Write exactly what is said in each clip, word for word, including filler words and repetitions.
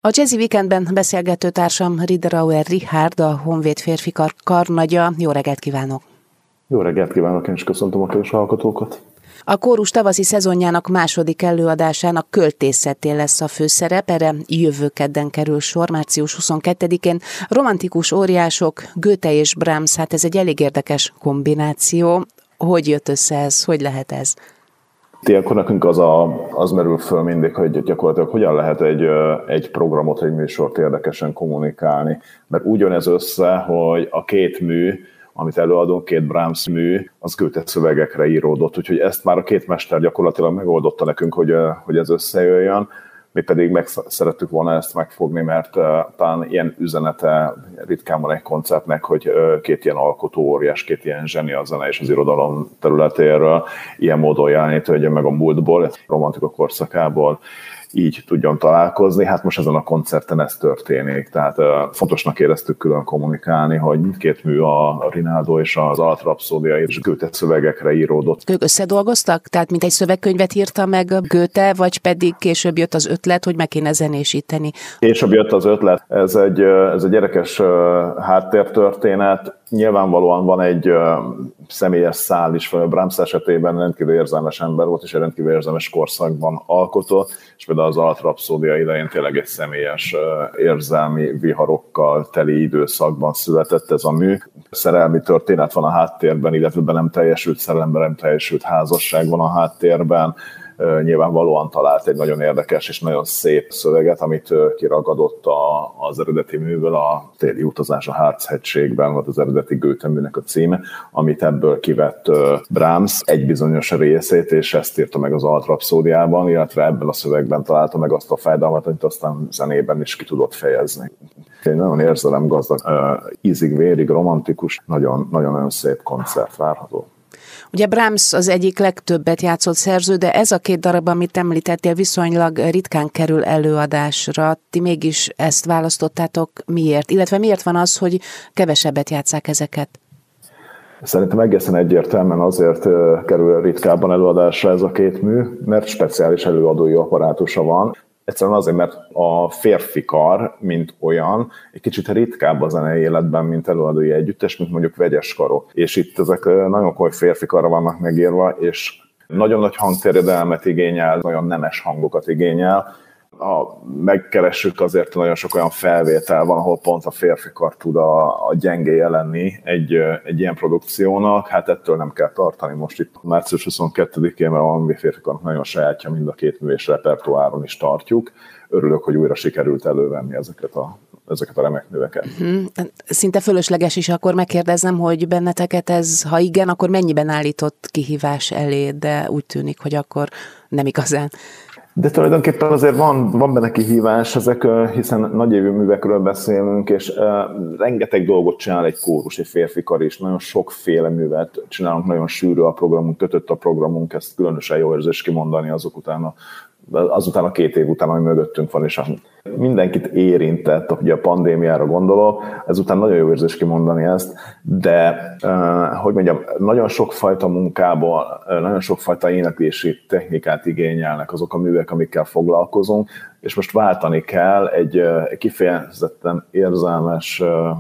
A Jazzy Weekendben beszélgető társam Riederauer Richárd, a Honvéd férfi kar karnagya. Jó reggelt kívánok! Jó reggelt kívánok, én is köszöntöm a kedves hallgatókat! A kórus tavaszi szezonjának második előadásának költészetén lesz a főszerep, erre jövő kedden kerül sor, március huszonkettedikén. Romantikus óriások, Goethe és Brahms, hát ez egy elég érdekes kombináció. Hogy jött össze ez? Hogy lehet ez? Ilyenkor nekünk az, a, az merül föl mindig, hogy gyakorlatilag hogyan lehet egy, egy programot, egy műsort érdekesen kommunikálni. Mert úgy jön ez össze, hogy a két mű, amit előadunk, két Brahms mű, az Goethe szövegekre íródott. Úgyhogy ezt már a két mester gyakorlatilag megoldotta nekünk, hogy, hogy ez összejöjjön. Mi pedig meg szerettük volna ezt megfogni, mert uh, talán ilyen üzenete ritkán van egy koncertnek, hogy uh, két ilyen alkotó óriás, két ilyen zseni a zene és az irodalom területéről ilyen módon jelenítődjön meg a múltból, romantika korszakából, így tudjon találkozni. Hát most ezen a koncerten ez történik. Tehát uh, fontosnak éreztük külön kommunikálni, hogy mindkét mű, a Rinaldo és az Altrapszódia és Goethe szövegekre íródott. Ők összedolgoztak? Tehát mint egy szövegkönyvet írta meg Goethe, vagy pedig később jött az ötlet, hogy meg kéne zenésíteni? Később jött az ötlet. Ez egy, ez egy érdekes háttértörténet. Nyilvánvalóan van egy személyes szál is, a Brahms esetében rendkívül érzelmes ember volt, és egy rendkívül érzelmes korszakban alkotott, és például az Altrapszódia idején tényleg egy személyes érzelmi viharokkal teli időszakban született ez a mű. Szerelmi történet van a háttérben, illetve be nem teljesült szerelemben nem teljesült házasság van a háttérben. Nyilvánvalóan talált egy nagyon érdekes és nagyon szép szöveget, amit kiragadott az eredeti műből, a Téli utazás a Harz-hegységben volt az eredeti Goethe műnek a címe, amit ebből kivett Brahms egy bizonyos részét, és ezt írta meg az Altrapszódiában, illetve ebben a szövegben találta meg azt a fájdalmat, amit aztán zenében is ki tudott fejezni. Egy nagyon érzelemgazdag, ízig-vérig, romantikus, nagyon, nagyon szép koncert várható. Ugye Brahms az egyik legtöbbet játszott szerző, de ez a két darab, amit említettél, viszonylag ritkán kerül előadásra. Ti mégis ezt választottátok, miért? Illetve miért van az, hogy kevesebbet játsszák ezeket? Szerintem egészen egyértelműen azért kerül ritkábban előadásra ez a két mű, mert speciális előadói apparátusa van. Egyszerűen azért, mert a férfi kar, mint olyan, egy kicsit ritkább a zenei életben, mint előadói együttes, mint mondjuk vegyes karok. És itt ezek nagyon komoly férfi karra vannak megírva, és nagyon nagy hangterjedelmet igényel, nagyon nemes hangokat igényel. Ha megkeressük, azért nagyon sok olyan felvétel van, ahol pont a férfi kar tud a, a gyengéje lenni egy, egy ilyen produkciónak, hát ettől nem kell tartani most itt március huszonkettedikén, mert a Honvéd férfi karnak nagyon sajátja mind a két mű és repertoáron is tartjuk. Örülök, hogy újra sikerült elővenni ezeket a, ezeket a remek műveket. Szinte fölösleges is akkor megkérdeznem, hogy benneteket ez, ha igen, akkor mennyiben állított kihívás elé, de úgy tűnik, hogy akkor nem igazán. De tulajdonképpen azért van, van benne kihívás, ezek, hiszen nagyévű művekről beszélünk, és uh, rengeteg dolgot csinál egy kórus, egy férfi kar is, nagyon sokféle művet csinálunk, nagyon sűrű a programunk, kötött a programunk, ezt különösen jó érzés kimondani azok után a azután a két év után, ami mögöttünk van, és mindenkit érintett, ugye a pandémiára gondolok, ezután nagyon jó érzés kimondani ezt, de hogy mondjam, nagyon sokfajta munkából, nagyon sokfajta éneklési technikát igényelnek azok a művek, amikkel foglalkozunk, és most váltani kell egy kifejezetten érzelmes,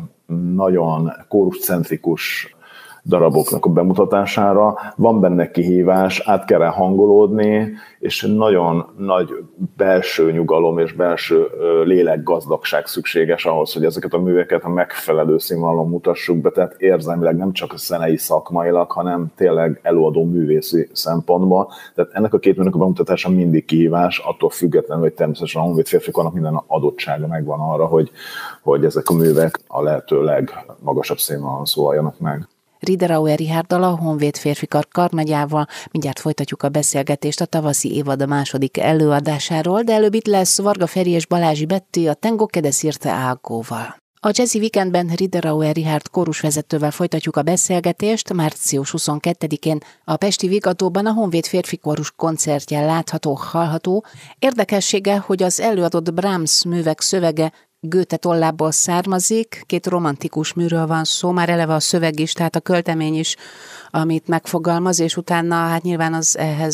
nagyon kóruscentrikus daraboknak a bemutatására, van benne kihívás, át kell hangolódni, és nagyon nagy belső nyugalom és belső lélekgazdagság szükséges ahhoz, hogy ezeket a műveket a megfelelő színvonalon mutassuk be, tehát érzelmileg nem csak a zenei szakmailag, hanem tényleg előadó művészi szempontból. Tehát ennek a két műnek a bemutatása mindig kihívás, attól függetlenül, hogy természetesen a Honvéd férfi karnak minden adottsága megvan arra, hogy, hogy ezek a művek a lehető legmagasabb színvonalon szólaljanak meg. Riederauer Richárddal, a Honvéd férfi kar karnagyával mindjárt folytatjuk a beszélgetést a tavaszi évad a második előadásáról, de előbb itt lesz Varga Feri és Balázsi Betty a Tengo che desirte algoval. A Jazzy Weekendben Riederauer Richárd kórusvezetővel folytatjuk a beszélgetést. Március huszonkettedikén a pesti Vigadóban a Honvéd férfi kórus koncertjén látható, hallható. Érdekessége, hogy az előadott Brahms művek szövege Goethe tollából származik, két romantikus műről van szó, már eleve a szöveg is, tehát a költemény is, amit megfogalmaz, és utána hát nyilván az ehhez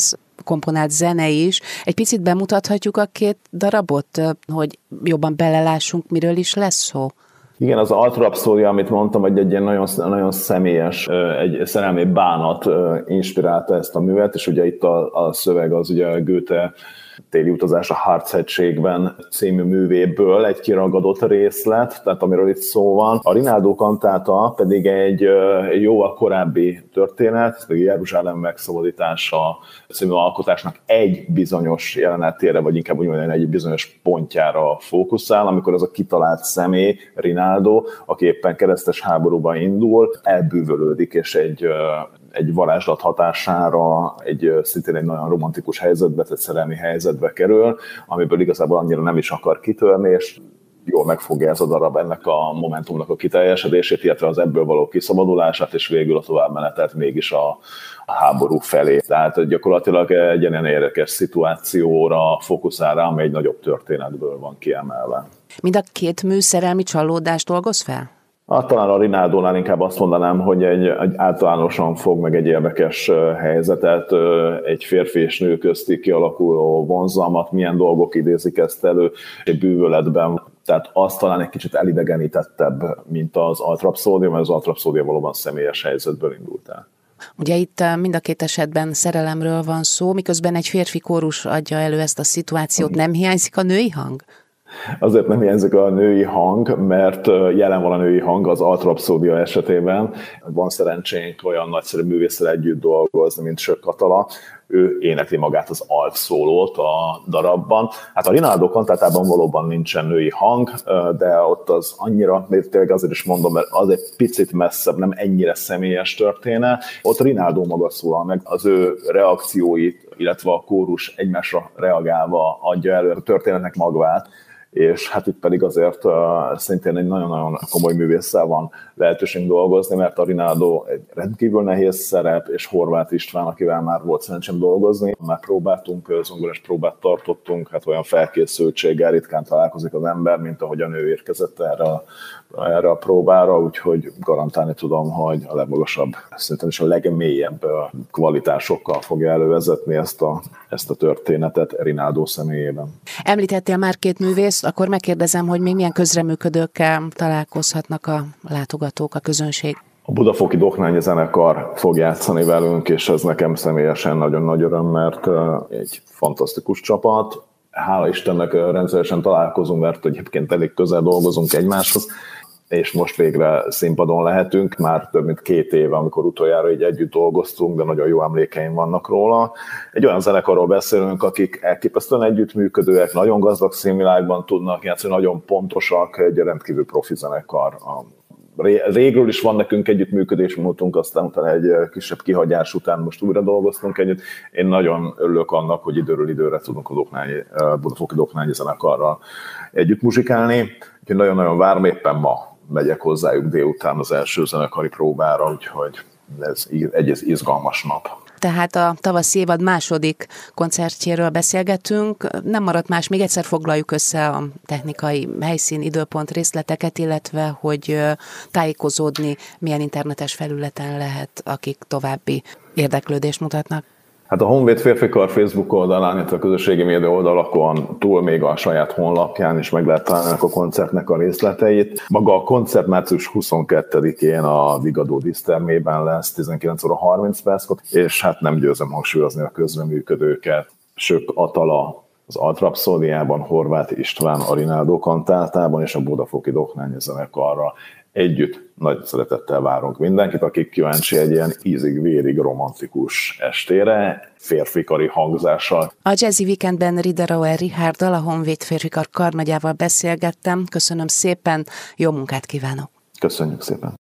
komponált zene is. Egy picit bemutathatjuk a két darabot, hogy jobban belelássunk, miről is lesz szó? Igen, az Altrapszódia, amit mondtam, hogy egy ilyen nagyon, nagyon személyes, egy szerelmi bánat inspirálta ezt a művet, és ugye itt a, a szöveg az ugye a Goethe Téli utazás a Harchegységben című művéből egy kiragadott részlet, tehát amiről itt szó van. A Rinaldo kantáta pedig egy jóval korábbi történet, ez pedig Jeruzsálem megszabadítása című alkotásnak egy bizonyos jelenetére, vagy inkább úgy mondani, egy bizonyos pontjára fókuszál, amikor az a kitalált személy, Rinaldo, aki éppen keresztes háborúban indul, elbűvölődik, és egy egy varázslat hatására egy szintén egy nagyon romantikus helyzetbe, tehát szerelmi helyzetbe kerül, amiből igazából annyira nem is akar kitörni, és jól megfogja ez a darab ennek a momentumnak a kiteljesedését, illetve az ebből való kiszabadulását, és végül a továbbmenetet mégis a, a háború felé. Tehát gyakorlatilag egy ilyen érdekes szituációra fókuszál rá, ami egy nagyobb történetből van kiemelve. Mind a két mű szerelmi csalódást dolgoz fel? Ah, talán a Rinaldónál inkább azt mondanám, hogy egy, egy általánosan fog meg egy érdekes helyzetet, egy férfi és nő közti kialakuló vonzalmat, milyen dolgok idézik ezt elő egy bűvöletben. Tehát az talán egy kicsit elidegenítettebb, mint az Altrapszódia, mert az Altrapszódia valóban személyes helyzetből indult el. Ugye itt mind a két esetben szerelemről van szó, miközben egy férfi kórus adja elő ezt a szituációt, nem hiányzik a női hang? Azért nem hiányzik a női hang, mert jelen van a női hang az Altrapszódia esetében. Van szerencsénk olyan nagyszerű művésszel együtt dolgozni, mint Sök Katala. Ő énekli magát az alt szólót a darabban. Hát a Rinaldo kantátában valóban nincsen női hang, de ott az annyira, tényleg azért is mondom, mert az egy picit messzebb, nem ennyire személyes történet. Ott Rinaldo maga szólal meg, az ő reakcióit, illetve a kórus egymásra reagálva adja elő a történetnek magvát, és hát itt pedig azért uh, szintén egy nagyon-nagyon komoly művésszel van lehetőségünk dolgozni, mert a Rinaldo egy rendkívül nehéz szerep, és Horváth István, akivel már volt szerencsém dolgozni, már próbáltunk, zongorás próbát tartottunk, hát olyan felkészültséggel ritkán találkozik az ember, mint ahogy a nő érkezett erre a, erre a próbára, úgyhogy garantálni tudom, hogy a legmagasabb, szerintem is a legmélyebb kvalitásokkal fogja elővezetni ezt a, ezt a történetet Rinaldo személyében. Említettél már két művészt, akkor megkérdezem, hogy még milyen közreműködőkkel találkozhatnak a látogatók, a közönség? A Budafoki Doknányi Zenekar fog játszani velünk, és ez nekem személyesen nagyon nagy öröm, mert egy fantasztikus csapat. Hála Istennek rendszeresen találkozunk, mert egyébként elég közel dolgozunk egymáshoz, és most végre színpadon lehetünk, már több mint két éve, amikor utoljára így együtt dolgoztunk, de nagyon jó emlékeim vannak róla. Egy olyan zenekarról beszélünk, akik elképesztően együttműködőek, nagyon gazdag színvilágban tudnak játszani, nagyon pontosak, egy rendkívül profi zenekar. Régről is van nekünk együttműködés múltunk, aztán utána egy kisebb kihagyás után most újra dolgoztunk együtt. Én nagyon örülök annak, hogy időről időre tudunk a Doknányi, Budafoki Doknányi Zenekarral együtt muzsikálni. Úgyhogy nagyon-nagyon várom, éppen ma megyek hozzájuk délután az első zenekari próbára, úgyhogy ez egy izgalmas nap. Tehát a tavaszi évad második koncertjéről beszélgetünk. Nem maradt más, még egyszer foglaljuk össze a technikai helyszín, időpont részleteket, illetve hogy tájékozódni milyen internetes felületen lehet, akik további érdeklődést mutatnak. Hát a Honvéd Férfikar Facebook oldalán, illetve a közösségi média oldalakon túl még a saját honlapján is meg lehet találni a koncertnek a részleteit. Maga a koncert március huszonkettedikén a Vigadó dísztermében lesz tizenkilenc óra harminc perckor, és hát nem győzöm hangsúlyozni a közreműködőket. Sök Atala az Altrapszódiában, Horváth István a Rinaldo kantátában és a Budafoki Doknányi Zenekarral együtt nagy szeretettel várunk mindenkit, akik kíváncsi egy ilyen ízig-vérig romantikus estére, férfikari hangzással. A Jazzy Weekendben Riederauer Richárddal, a Honvéd Férfikar karnagyával beszélgettem. Köszönöm szépen, jó munkát kívánok! Köszönjük szépen!